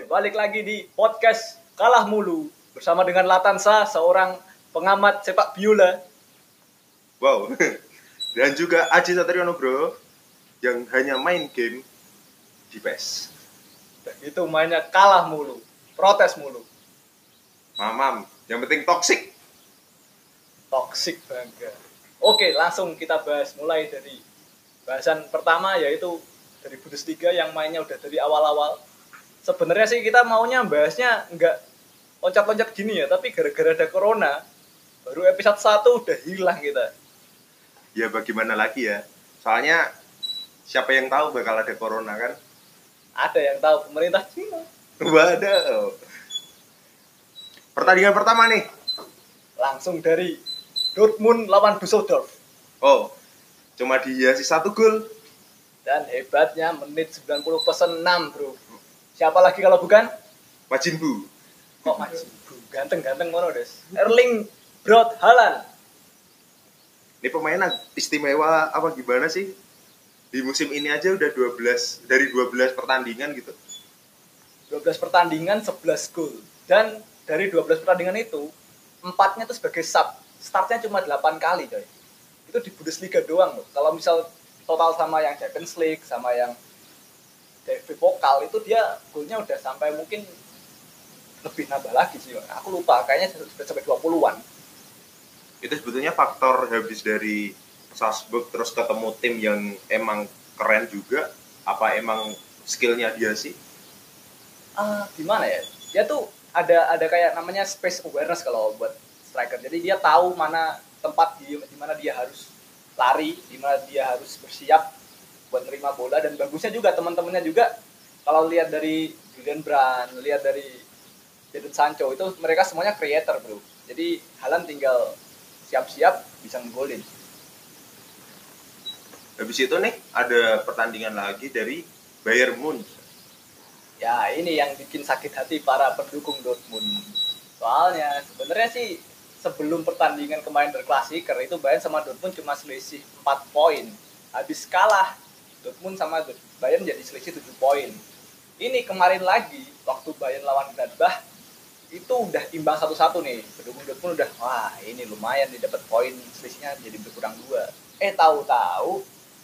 balik lagi di podcast Kalah Mulu bersama dengan Latansa, seorang pengamat sepak bola. Wow. Dan juga Aji Satriono bro, yang hanya main game di PES. Itu mainnya kalah mulu, protes mulu. Mamam, yang penting toksik. Toxic bangga. Oke, langsung kita bahas mulai dari bahasan pertama, yaitu dari Bundesliga yang mainnya udah dari awal-awal. Sebenarnya sih kita maunya bahasnya nggak loncat-loncat gini ya, tapi gara-gara ada corona, baru episode 1 udah hilang kita. Ya bagaimana lagi ya, soalnya siapa yang tahu bakal ada corona kan. Ada yang tahu, pemerintah Cina. Waduh. Pertandingan pertama nih. Langsung dari Dortmund lawan Düsseldorf. Oh, cuma dihiasi 1 gol. Dan hebatnya menit 90 plus 6 bro. Siapa lagi kalau bukan? Majin Bu. Kok Majin Bu? Ganteng-ganteng mono des. Erling Braut Haaland. Ini pemain istimewa apa gimana sih? Di musim ini aja udah 12 pertandingan gitu. 12 pertandingan 11 gol. Dan dari 12 pertandingan itu 4-nya itu sebagai sub. Startnya cuma 8 kali coy. Itu di Bundesliga doang loh. Kalau misal total sama yang Champions League sama yang DFB Pokal itu dia golnya udah sampai mungkin lebih nambah lagi sih. Aku lupa, kayaknya sudah sampai 20-an. Itu sebetulnya faktor habis dari Salzburg terus ketemu tim yang emang keren juga, apa emang skillnya dia sih? Gimana ya? Dia tuh ada kayak namanya space awareness kalau buat striker. Jadi dia tahu mana tempat di mana dia harus lari, di mana dia harus bersiap buat nerima bola, dan bagusnya juga teman-temannya juga kalau lihat dari Julian Brandt, lihat dari Jadon Sancho itu mereka semuanya creator, bro. Jadi Haaland tinggal siap-siap bisa ngegolin. Habis itu nih ada pertandingan lagi dari Bayern Munich. Ya, ini yang bikin sakit hati para pendukung Dortmund. Soalnya sebenarnya sih sebelum pertandingan kemarin Der Klassiker itu Bayern sama Dortmund cuma selisih 4 poin. Habis kalah Dortmund sama Bayern jadi selisih 7 poin. Ini kemarin lagi waktu Bayern lawan Gladbach itu udah imbang 1-1 nih. Pendukung Dortmund udah wah ini lumayan nih dapat poin, selisihnya jadi berkurang 2. Tahu-tahu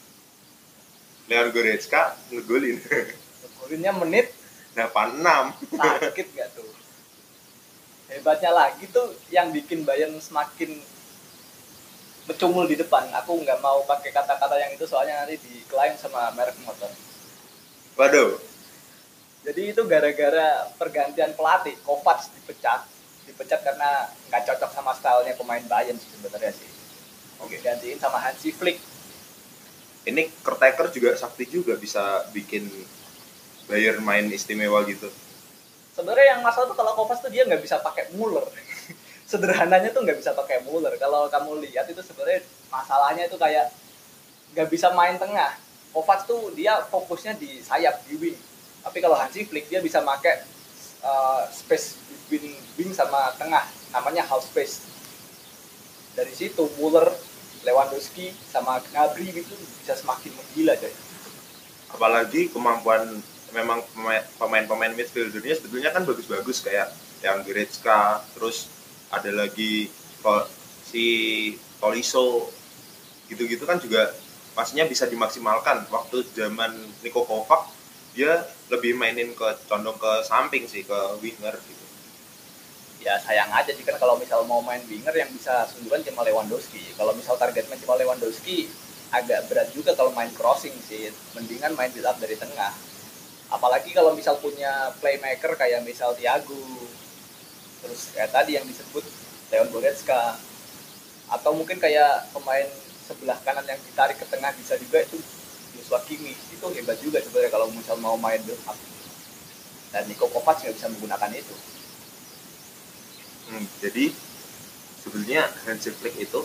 Leon Goretzka ngegolin. golinnya menit 86. sakit nggak tuh? Hebatnya lagi tuh yang bikin Bayern semakin bercumul di depan. Aku nggak mau pakai kata-kata yang itu soalnya nanti diklaim sama merek motor. Waduh. Jadi itu gara-gara pergantian pelatih, Kovac dipecat karena nggak cocok sama stylenya pemain Bayern sebenarnya sih. Oke. Gantiin sama Hansi Flick. Ini caretaker juga sakti juga bisa bikin Bayern main istimewa gitu. Sebenarnya yang masalah tuh kalau Kovac tuh dia nggak bisa pakai Muller. Sederhananya tuh nggak bisa pakai Muller. Kalau kamu lihat itu sebenarnya masalahnya itu kayak nggak bisa main tengah. Kovac tuh dia fokusnya di sayap, di wing. Tapi kalau Hansi Flick dia bisa pakai space between wing sama tengah, namanya half space. Dari situ Muller, Lewandowski sama Gnabry gitu bisa semakin menggila coy. Apalagi kemampuan memang pemain-pemain midfieldernya sebetulnya kan bagus-bagus kayak yang Goretzka, terus ada lagi si Tolisso gitu-gitu kan juga pastinya bisa dimaksimalkan. Waktu zaman Niko Kovac dia lebih mainin condong ke samping sih, ke winger gitu. Ya sayang aja sih kan kalau misal mau main winger yang bisa sundulan cuma Lewandowski. Kalau misal targetnya cuma Lewandowski agak berat juga kalau main crossing sih. Mendingan main build up dari tengah. Apalagi kalau misal punya playmaker kayak misal Thiago, terus kayak tadi yang disebut Leon Goretzka, atau mungkin kayak pemain sebelah kanan yang ditarik ke tengah bisa juga itu Joshua Kimmich. Itu hebat juga sebenarnya kalau misal mau main build up. Dan Niko Kovac nggak bisa menggunakan itu. Jadi sebenarnya Hansi Flick itu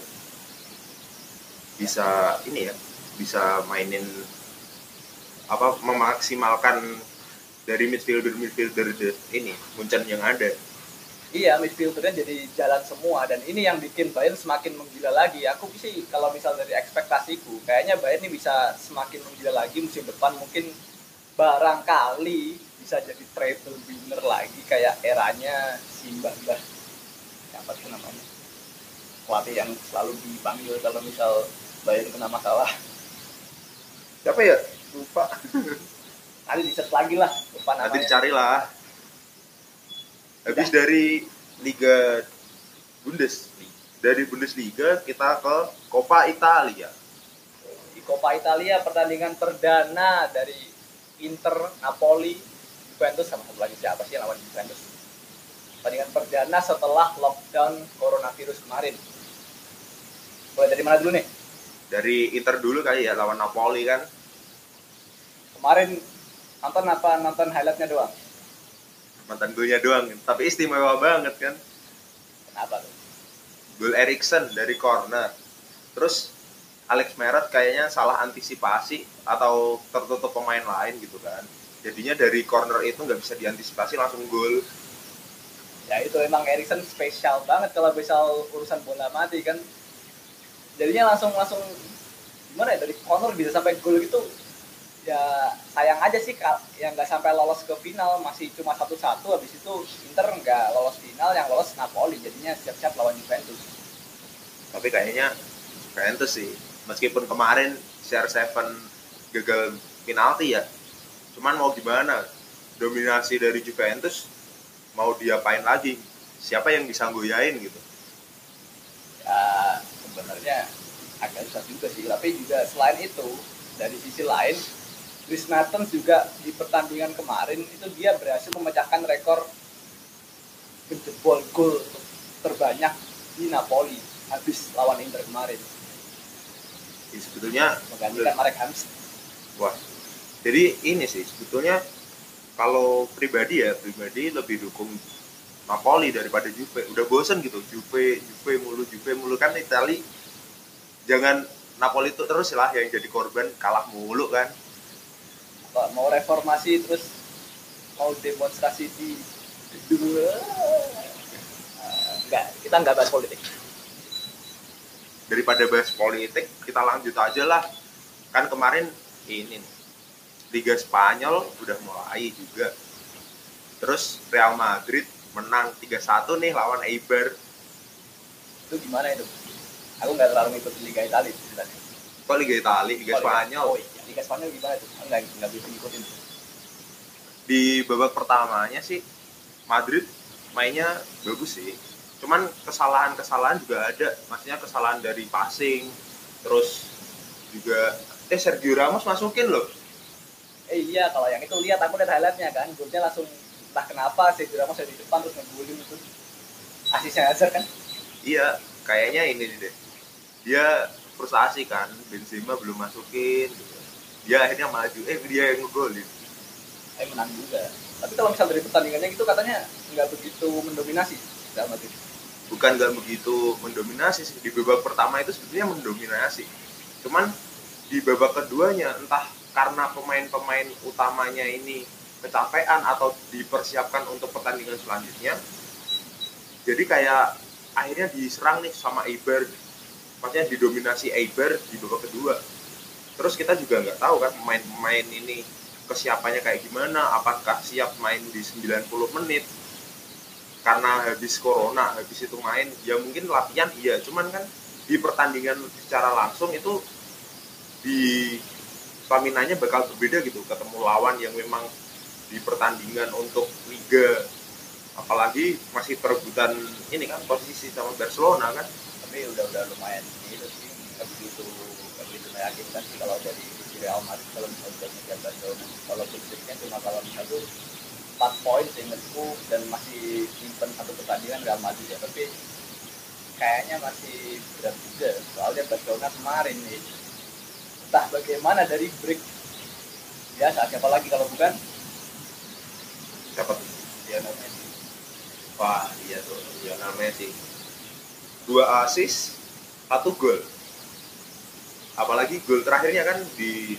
bisa ini ya, bisa mainin apa memaksimalkan dari midfielder ini Munchen yang ada. Iya, midfieldernya jadi jalan semua, dan ini yang bikin Bayern semakin menggila lagi. Aku sih kalau misal dari ekspektasiku, kayaknya Bayern ini bisa semakin menggila lagi musim depan, mungkin barangkali bisa jadi treble winner lagi kayak eranya si Mbah apa tuh namanya, pelatih yang selalu dipanggil kalau misal Bayern kena masalah. Siapa ya? Lupa. Nanti di search lagi lah, lupa namanya. Nanti dicari lah. Habis dari Liga dari Bundesliga kita ke Coppa Italia. Di Coppa Italia pertandingan perdana dari Inter, Napoli, Juventus, sama satu lagi siapa sih yang lawan Juventus. Pertandingan perdana setelah lockdown coronavirus kemarin. Boleh dari mana dulu nih? Dari Inter dulu kali ya, lawan Napoli kan. Kemarin nonton highlightnya doang. Nonton golnya doang, tapi istimewa banget kan. Kenapa tuh? Gol Eriksen dari corner. Terus Alex Meret kayaknya salah antisipasi atau tertutup pemain lain gitu kan. Jadinya dari corner itu nggak bisa diantisipasi, langsung gol. Ya itu emang Eriksen spesial banget kalau misal urusan bola mati kan. Jadinya langsung gimana ya, dari corner bisa sampai gol gitu. Ya sayang aja sih yang nggak sampai lolos ke final, masih cuma 1-1. Habis itu Inter nggak lolos final, yang lolos Napoli, jadinya siap-siap lawan Juventus. Tapi kayaknya Juventus sih, meskipun kemarin CR7 gagal penalti ya, cuman mau gimana, dominasi dari Juventus mau diapain lagi, siapa yang bisa goyain gitu. Ya sebenarnya agak susah juga sih, tapi juga selain itu dari sisi lain Dries Mertens juga di pertandingan kemarin itu dia berhasil memecahkan rekor penjebol gol terbanyak di Napoli habis lawan Inter kemarin. Ya, sebetulnya menggantikan Marek Hamsik. Wah, jadi ini sih sebetulnya kalau pribadi lebih dukung Napoli daripada Juve. Udah bosen gitu, Juve mulu kan. Itali jangan Napoli itu terus lah yang jadi korban, kalah mulu kan. Mau reformasi terus mau demonstrasi di kedua. Kita nggak bahas politik. Daripada bahas politik, kita lanjut aja lah. Kan kemarin ini Liga Spanyol udah mulai juga. Terus Real Madrid menang 3-1 nih lawan Eibar. Itu gimana itu? Aku nggak terlalu ngikutin Liga Italia sebenarnya. Kok Liga Italia, Liga Spanyol? Oh iya, Liga Spanyol gimana tuh? Aku nggak bisa ngikutin. Di babak pertamanya sih Madrid mainnya bagus sih. Cuman kesalahan juga ada. Maksudnya kesalahan dari passing. Terus juga Sergio Ramos masukin loh. Iya, kalau yang itu lihat aku lihat highlightnya kan, golnya langsung entah kenapa Sergio Ramos ada di depan terus ngegolin itu. Asisnya Hazard kan? Iya, kayaknya ini deh. Dia frustasi kan, Benzema belum masukin. Dia akhirnya maju, dia yang ngegolin. Menang juga. Tapi kalau misal dari pertandingannya gitu katanya nggak begitu mendominasi Real Madrid. Bukan nggak begitu mendominasi sih. Di babak pertama itu sebenarnya mendominasi. Cuman di babak keduanya entah karena pemain-pemain utamanya ini kecapean atau dipersiapkan untuk pertandingan selanjutnya, jadi kayak akhirnya diserang nih sama Eibar, maksudnya didominasi Eibar di babak kedua. Terus kita juga nggak tahu kan pemain-pemain ini kesiapannya kayak gimana, apakah siap main di 90 menit karena habis corona, habis itu main, ya mungkin latihan iya, cuman kan di pertandingan secara langsung itu di staminanya bakal berbeda gitu, ketemu lawan yang memang di pertandingan untuk Liga, apalagi masih perebutan ini kan posisi sama Barcelona kan. Tapi udah lumayan gitu sih, nggak begitu meyakinkan sih kalau dari Real Madrid kalau misalnya udah ngejar Barcelona. Kalau positifnya cuma kalau misalnya tuh 4 poin seingatku dan masih simpen satu pertandingan Real Madrid ya, tapi kayaknya masih berat juga soalnya Barcelona kemarin nih entah bagaimana dari break biasa, siapa lagi kalau bukan Siapa? Lionel Messi. Wah iya tuh, Lionel Messi 2 assist 1 gol, apalagi gol terakhirnya kan di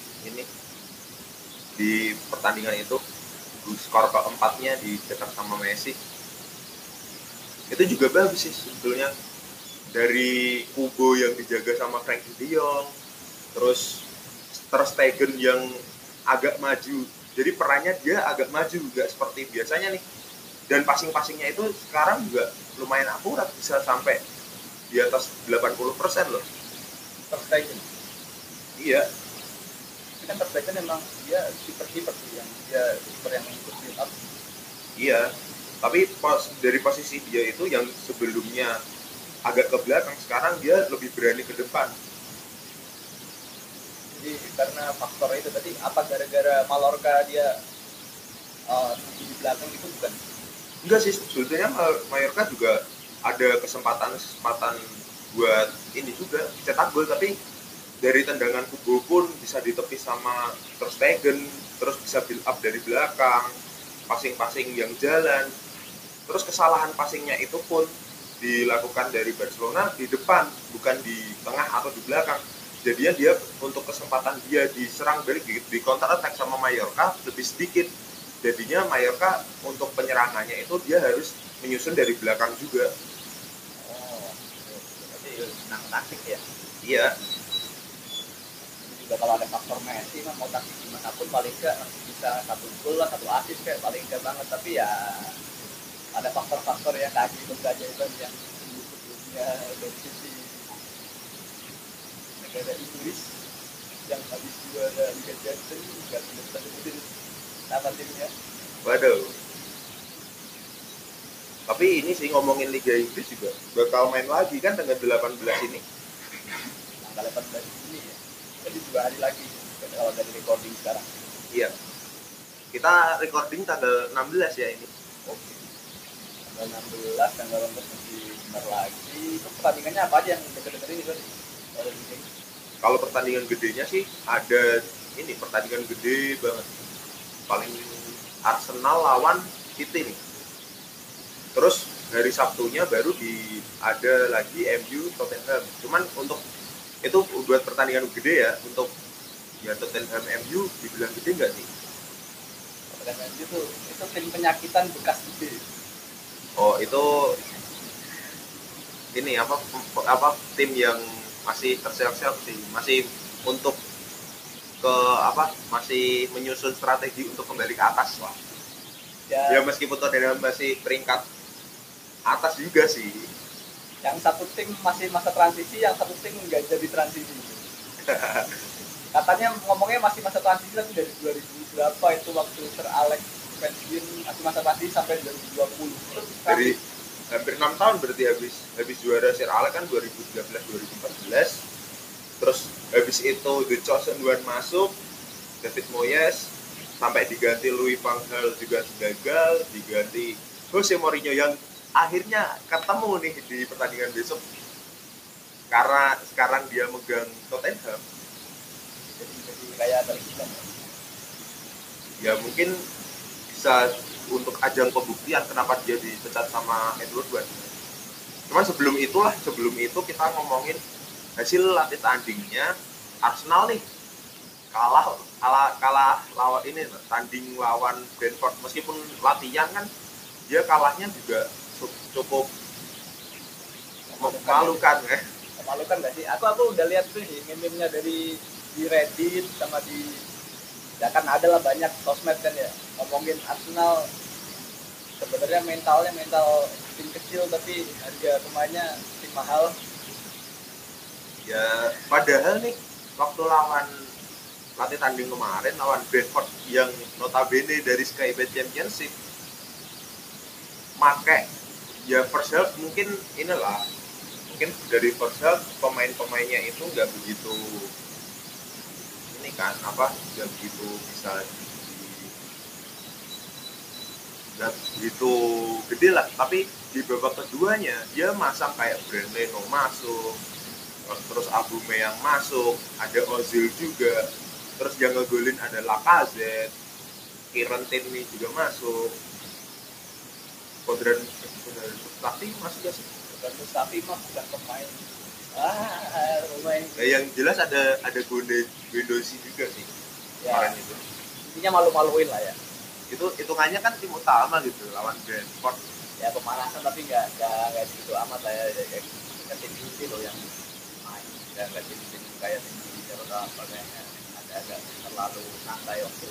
pertandingan itu skor keempatnya dicetak sama Messi. Itu juga bagus sih sebetulnya, dari Kubo yang dijaga sama Frenkie de Jong, terus Ter Stegen yang agak maju Jadi perannya dia agak maju, nggak seperti biasanya nih. Dan passing-passingnya itu sekarang juga lumayan akurat, bisa sampai di atas 80% loh. Ter Stegen. Iya, Tapi kan Ter Stegen emang dia kiper sih, yang dia kiper yang ikut build up. iya. Tapi dari posisi dia itu yang sebelumnya agak ke belakang, sekarang dia lebih berani ke depan. Jadi karena faktor itu tadi, apa gara-gara Mallorca dia di belakang itu bukan? Enggak sih, sebetulnya Mallorca juga ada kesempatan buat ini juga cetak gol, tapi dari tendangan Kubo pun bisa ditepis sama Ter Stegen, terus bisa build up dari belakang, passing-passing yang jalan. Terus kesalahan passingnya itu pun dilakukan dari Barcelona di depan, bukan di tengah atau di belakang. Jadinya dia untuk kesempatan dia diserang balik di counter attack sama Mallorca lebih sedikit. Jadinya Mallorca untuk penyerangannya itu dia harus menyusun dari belakang juga. Oh, berarti menang taktik ya. Iya, Juga kalau ada faktor Messi mah mau taktik gimana pun paling enggak bisa 1 gol lah, 1 assist kayak paling enggak banget. Tapi ya ada faktor-faktor yang keajaiban yang sebelumnya dari sisi negara Inggris yang habis juara Liga Champions nggak bisa sebutin nama timnya. waduh. Tapi ini sih ngomongin Liga Inggris juga bakal main lagi kan tanggal 18 ini. Tanggal 18 ini ya. Jadi 2 hari lagi kalau dari recording sekarang. Iya. Kita recording tanggal 16 ya ini. Oke. Tanggal 16, tanggal 16 masih benar lagi. Itu pertandingannya apa aja yang deket-deket ini tadi? Kalau pertandingan gedenya sih ada ini pertandingan gede banget. Paling Arsenal lawan City nih. Terus hari Sabtunya baru ada lagi MU Tottenham. Cuman untuk itu buat pertandingan gede ya, untuk ya Tottenham MU dibilang gede nggak sih? Tottenham itu tim penyakitan bekas gede. Oh itu ini apa tim yang masih terseok-seok sih, masih untuk ke masih menyusun strategi untuk kembali ke atas lah. Ya meskipun Tottenham masih peringkat atas juga sih. Yang satu tim masih masa transisi, yang satu tim nggak jadi transisi. Katanya ngomongnya masih masa transisi tapi dari 2000 berapa itu waktu Sir Alex pensiun masih masa transisi sampai 2020. Terus dari hampir 6 tahun berarti habis juara Sir Alex kan 2013 2014. Terus habis itu The Chosen One masuk, David Moyes, sampai diganti Louis van Gaal juga gagal, diganti Jose Mourinho yang akhirnya ketemu nih di pertandingan besok karena sekarang dia megang Tottenham. Jadi kayak terlibat. Ya mungkin bisa untuk ajang pembuktian kenapa dia dipecat sama Edward Ward. Cuman sebelum itu kita ngomongin hasil latih tandingnya Arsenal nih kalah lawan ini tanding lawan Brentford. Meskipun latihan kan dia kalahnya juga cukup memalukan ya. Memalukan nggak sih? Aku udah lihat tuh meme-nya dari di Reddit sama di ya kan ada lah banyak sosmed kan ya ngomongin Arsenal sebenarnya mental tim kecil tapi harga pemainnya tim mahal. Ya padahal nih waktu lawan latih tanding kemarin lawan Brentford yang notabene dari Sky Bet Championship make ya first half mungkin dari first half pemain-pemainnya itu nggak begitu ini kan nggak begitu bisa nggak begitu gede lah, tapi di babak keduanya dia masang kayak Brand Leno masuk, terus Aubameyang masuk, ada Ozil juga, terus yang ngegolin ada Lacazette, Kieran Tierney juga masuk, Kodran Mustafi masuk gak sih? Kodran Mustafi mah bukan pemain pemain yang jelas ada Guendouzi juga sih ya, kemarin itu intinya malu-maluin lah ya. Itu hitungannya kan tim utama gitu lawan Brentford Ya pemanasan tapi nggak gitu amat lah ya kayak tim inti loh yang main nggak tim kayak tim Inter atau apa kayaknya agak terlalu santai waktu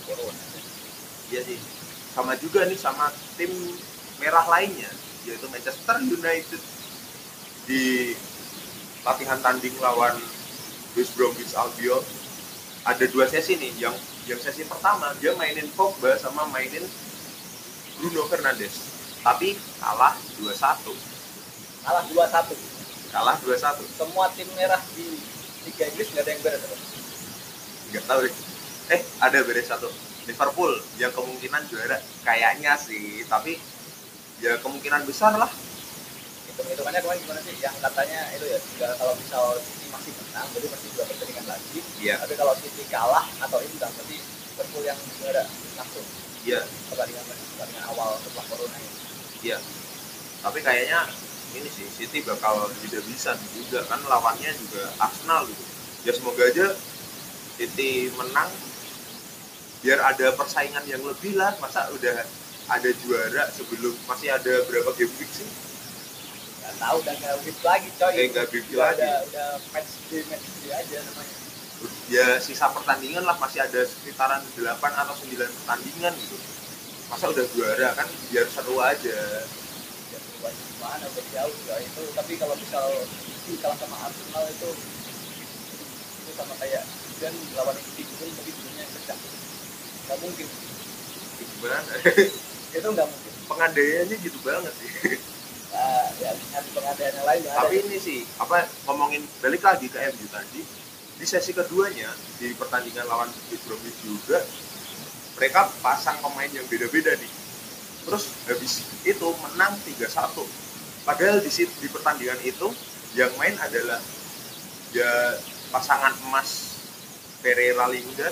Corona. Iya sih. Sama juga nih sama tim merah lainnya, yaitu Manchester United di latihan tanding lawan West Bromwich Albion. Ada 2 sesi nih, yang sesi pertama dia mainin Pogba sama mainin Bruno Fernandes, tapi kalah 2-1. Kalah 2-1. Kalah 2-1. Semua tim merah di Liga Inggris nggak ada yang beres. Nggak tahu deh. Ada beres satu. Liverpool yang kemungkinan juara kayaknya sih, tapi ya kemungkinan besar lah. Hitung-hitungannya kemarin gimana sih? Yang katanya itu ya, kalau misal City masih menang, jadi masih 2 pertandingan lagi. Iya. Tapi kalau City kalah atau imbang, berarti Liverpool yang juara langsung. Iya. Pertandingan awal setelah corona ini. Iya. Tapi kayaknya ini sih City bakal tidak bisa juga kan lawannya juga Arsenal gitu. Ya semoga aja City menang biar ada persaingan yang lebih lah. Masa udah ada juara sebelum masih ada berapa game week sih? Nggak tahu, udah nggak week lagi coy. Nggak week lagi. Udah match day aja namanya. Ya sisa pertandingan lah, masih ada sekitaran 8 atau 9 pertandingan gitu. Masa udah juara kan biar seru aja. Ya seru aja gimana, udah jauh ya itu. Tapi kalau misal kalah sama Arsenal itu sama kayak dan lawan Liverpool tapi dunia yang pecah. Nggak mungkin. Gimana? Itu nggak mungkin. Pengandaiannya gitu banget sih. Nah, ya nyari pengandaian yang lain. Tapi ini sih, ngomongin balik lagi ke MU tadi, di sesi keduanya di pertandingan lawan West Bromwich juga mereka pasang pemain yang beda-beda nih. Terus habis itu menang 3-1. Padahal di pertandingan itu yang main adalah ya pasangan emas Pereira Lingard.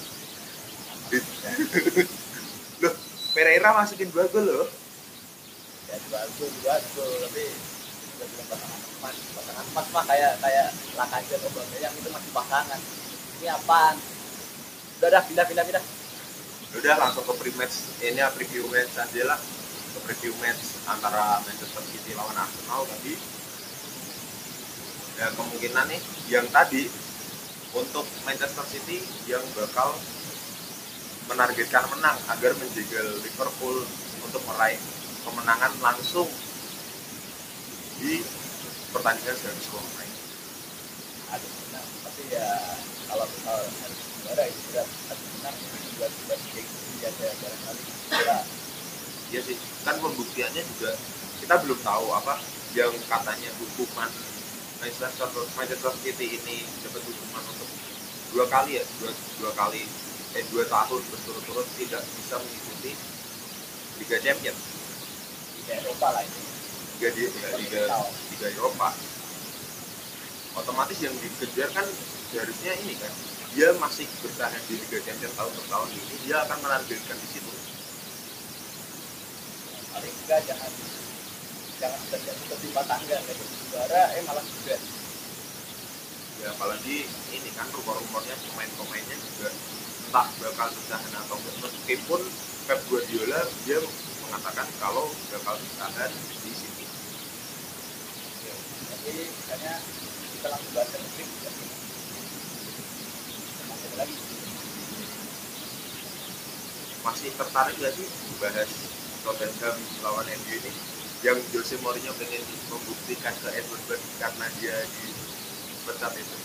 Loh, Pereira masukin 2 gol loh. Ya 2 gol, tapi udah bilang pasangan emas mah kayak Lacazette Aubameyang itu masih pasangan. Ini apaan? Udah pindah. Udah langsung ke preview match aja lah. Ke preview match antara Manchester City lawan Arsenal tadi. Ya kemungkinan nih yang tadi untuk Manchester City yang bakal menargetkan menang agar menjegal Liverpool untuk meraih kemenangan langsung di pertandingan sehabis kemarin. Aduh, menang. Tapi ya kalau misal harus juara itu sudah harus menang buat dia ada barangkali juara. Iya sih, kan pembuktiannya juga kita belum tahu apa yang katanya hukuman Manchester City ini dapat hukuman untuk 2 tahun berturut-turut tidak bisa mengikuti Liga Champions. Liga Eropa lah ini. Liga Eropa. Otomatis yang dikejar kan harusnya ini kan, dia masih bertahan di Liga Champions tahun per tahun ini, dia akan menargetkan di situ. Paling enggak jangan terjadi ketimpa tangga kayak juara malah juga. Ya apalagi ini kan rumor-rumornya pemainnya juga entah bakal bertahan atau enggak. Meskipun Pep Guardiola dia mengatakan kalau bakal bertahan di City. Ya, tapi misalnya kita langsung bahas ke musik ya. Lagi masih tertarik gak sih bahas Tottenham lawan MU ini yang Jose Mourinho pengen membuktikan ke Edward karena dia dipecat itu?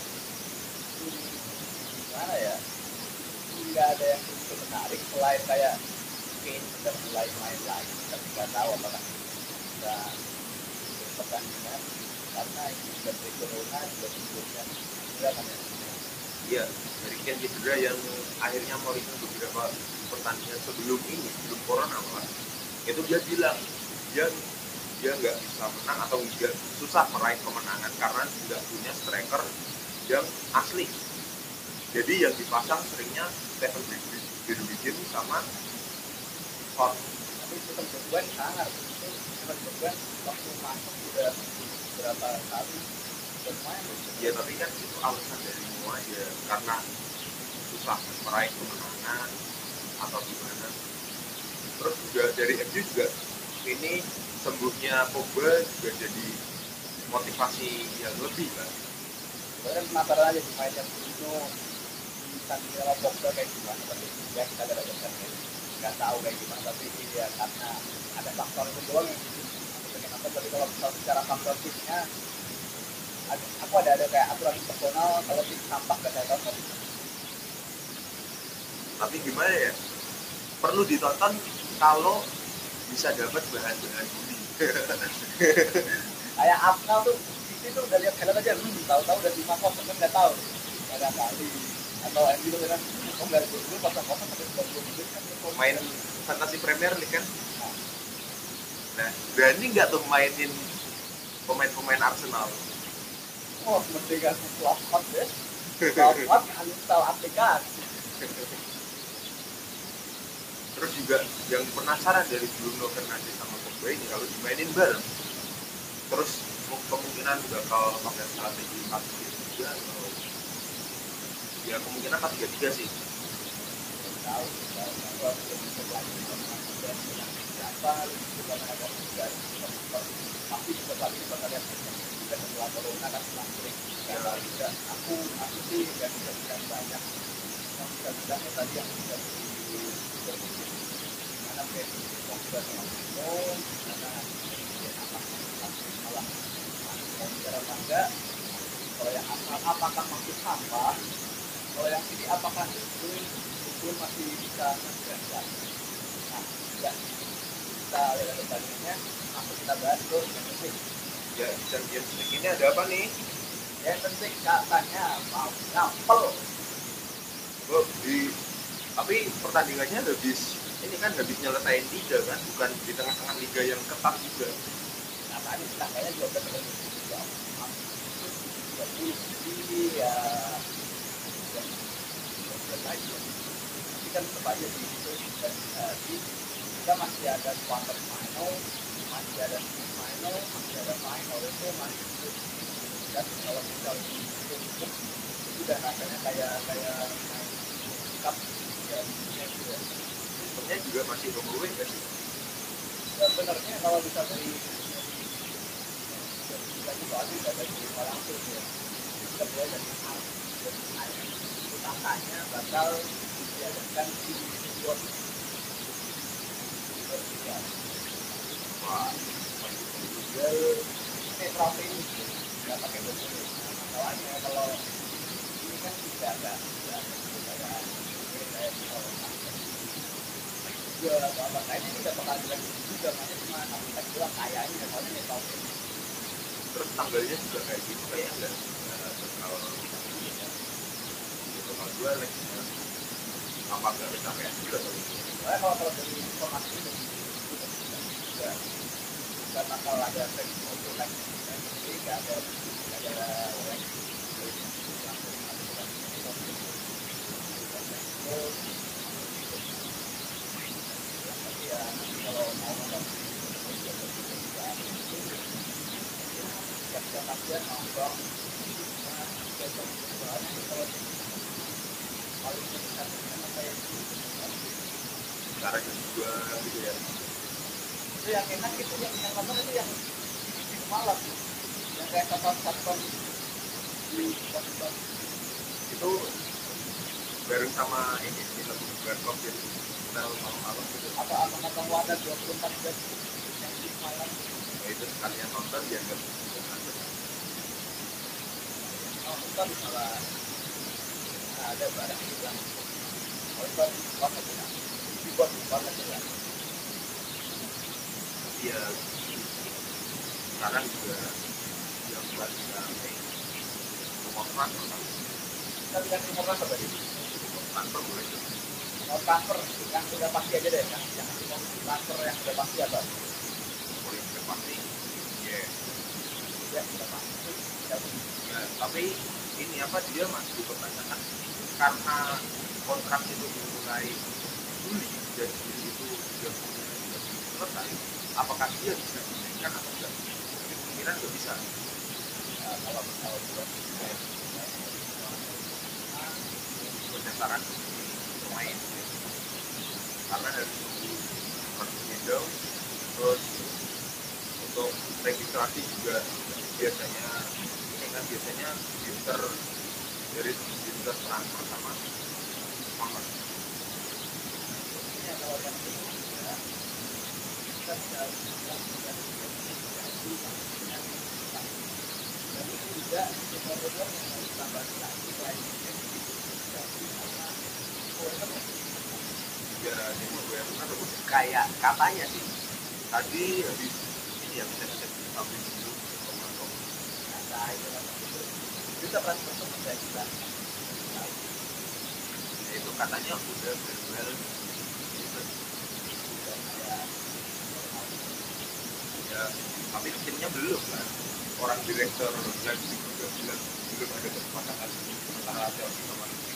Gimana ya, nggak ada yang begitu menarik selain kayak Kane sudah mulai main lagi, tapi nggak tahu apakah bisa pertandingan karena ini sudah corona juga sebelumnya sudah kan ya. Iya, dari Kane cedera yang akhirnya Mourinho beberapa pertandingan sebelum corona malah itu dia bilang dia nggak bisa menang atau nggak susah meraih kemenangan karena tidak punya striker yang asli. Jadi yang dipasang seringnya Stephen Bergwijn sama Son. Tapi Stephen Bergwijn sangar, Stephen Bergwijn waktu masuk udah berapa kali bermain. Ya tapi kan itu alasan dari semua ya karena susah meraih kemenangan atau gimana. Terus juga dari MU juga ini sembuhnya Pogba juga jadi motivasi yang lebih kan. Saya kan penasaran aja pemain yang Bruno Santiago Pogba kayak gimana, tapi ya kita ada nggak tahu kayak gimana, tapi ya karena ada faktor itu doang yang aku pengen nonton. Tapi kalau misal secara faktor timnya, aku ada kayak aturan personal kalau tim tampak gak saya tonton. Tapi gimana ya, perlu ditonton kalau bisa dapat bahan-bahan bully. Kayak Arsenal tuh City tuh udah lihat Helen aja, tahu-tahu udah 5-0 kan nggak tahu ada kali, atau MU tuh kan nggak dulu 0-0 tapi 2 kan main Fantasy Premier League kan. Nah, berani nggak tuh mainin pemain-pemain Arsenal? Oh, mending kan selamat deh, selamat uninstall aplikasi. Terus juga yang penasaran dari Bruno Fernandes sama Pogba ini kalau dimainin bareng, terus kemungkinan bakal pakai strategi 4-3-3 atau ya kemungkinan 4-3-3 sih. Tahu aku bisa lagi dan siapa juga ada juga pasti bisa lagi kita lihat juga setelah corona kan langsung ya juga aku sih nggak bisa bilang banyak yang bisa bilangnya tadi yang bisa gimana kayak mau juga sama Timo karena malah mau bicara apa enggak, kalau yang apakah masih sampah, kalau yang ini apakah itu masih bisa menjelaskan. Nah, ya kita lihat pertandingannya, langsung kita bahas tuh yang penting. Ya, Champions League ini ada apa nih? Yang penting katanya mau ngampel. Oh, tapi pertandingannya ini kan habis nyelesain liga kan, bukan di tengah-tengah liga yang ketat juga. Nah, tadi katanya juga udah juga 30 jadi ya lagi. Tapi kan tetap aja di itu kita masih ada quarter final, masih ada semifinal, masih ada final itu masih dan kalau misal itu udah rasanya kayak main cup ya gitu. Sebenarnya juga masih overweight kan sih? Sebenarnya kalau bisa dari lagi soalnya udah dari langsung ya kita mulai dari katanya bakal diadakan di World Wah, netral ini nggak pakai baju. Masalahnya kalau ini kan tidak ada kayak juga apa kayaknya ini nggak bakal ada juga, makanya cuma kita bilang kayaknya soalnya netral ini. terus tanggalnya juga kayak gitu kayaknya tanggal 2 lagi apa nggak kecapean juga tadi. Kalau dari informasi itu juga karena kalau ada Facebook untuk like jadi nggak ada like ya kalau mau siap-siap pasien nongkrong paling besar apa ya Sekarang juga gitu ya. itu yang enak itu yang nonton itu yang di malam yang kayak satpam di tempat Itu bareng sama ini film Bangkok jadi malam-malam gitu. apa nonton wadah 24 jam yang di malam Ya itu sekalian nonton biar nggak nonton malah ada barang yang nonton banget ya dibuat banget ya. Iya. Sekarang juga yang buat rumah transfer kan. Kita lihat nomor transfer tadi. Transfer boleh. Nomor transfer yang sudah pasti aja deh, yang nomor transfer yang sudah pasti apa? Boleh sudah pasti. Iya. Ya sudah pasti. Ya, tapi ini apa dia masih dipertanyakan karena kontrak itu dimulai Juli dan Juli itu sudah selesai. Apakah dia bisa dinaikkan atau enggak? Kemungkinan nggak bisa. Kalau juga berdasarkan pemain karena dari segi window terus untuk registrasi juga biasanya ini kan biasanya filter dari bisa transfer sama sponsor. Ini kalau yang ini ya, kita bisa dan ini juga sponsor yang harus tambah lagi selain Ya demo gue ada kayak katanya sih tadi habis ini yang cek habis dulu kata itu bisa transfer ke kita itu katanya udah well ya tapi timnya belum kan orang direktur Leipzig juga bilang belum ada kesepakatan antara Chelsea sama Leipzig.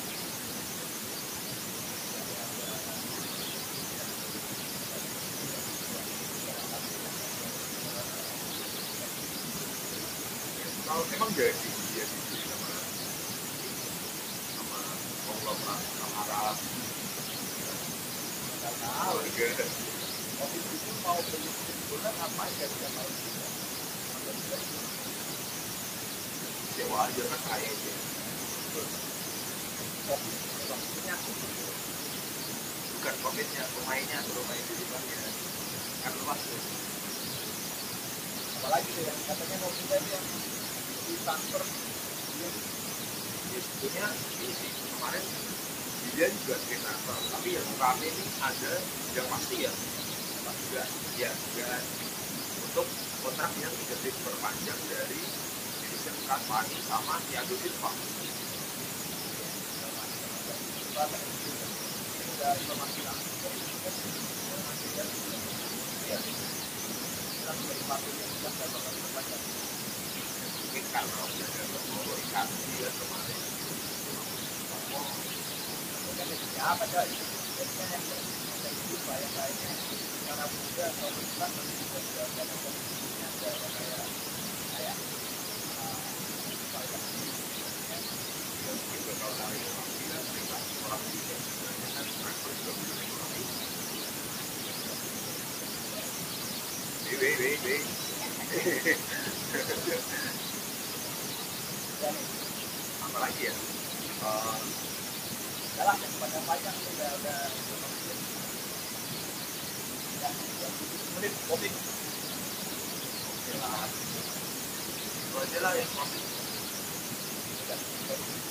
Kalau emang jadi dia dibeli sama konglomerat sama Arab nggak tahu juga waktu itu mau beli bulan apa ya tidak tahu sewa aja kan kaya aja waktunya bukan profitnya pemainnya di depannya kan luas tuh apalagi tuh yang katanya mau pindah yang di transfer ya sebetulnya ini sih kemarin dia juga screen transfer tapi yang rame ini ada yang pasti ya juga ya juga untuk kontrak yang tidak diperpanjang dari Edison Cavani sama Thiago Silva. udah informasi langsung dari ya bilang dari pabrik yang sudah dapat perpanjang Mungkin karena udah ada komunikasi ya kemarin. siapa coy jadinya yang hidup yang lainnya karena muda atau besar tapi juga sudah ada kondisinya ada kayak Ya mungkin bakal cari penghasilan mereka orang Indonesia sebenarnya kan transfer juga butuh ekonomi. Weh. Apa lagi ya? Yalah yang pada panjang itu udah ya 7 menit kopi Oke lah. Itu aja lah yang masih.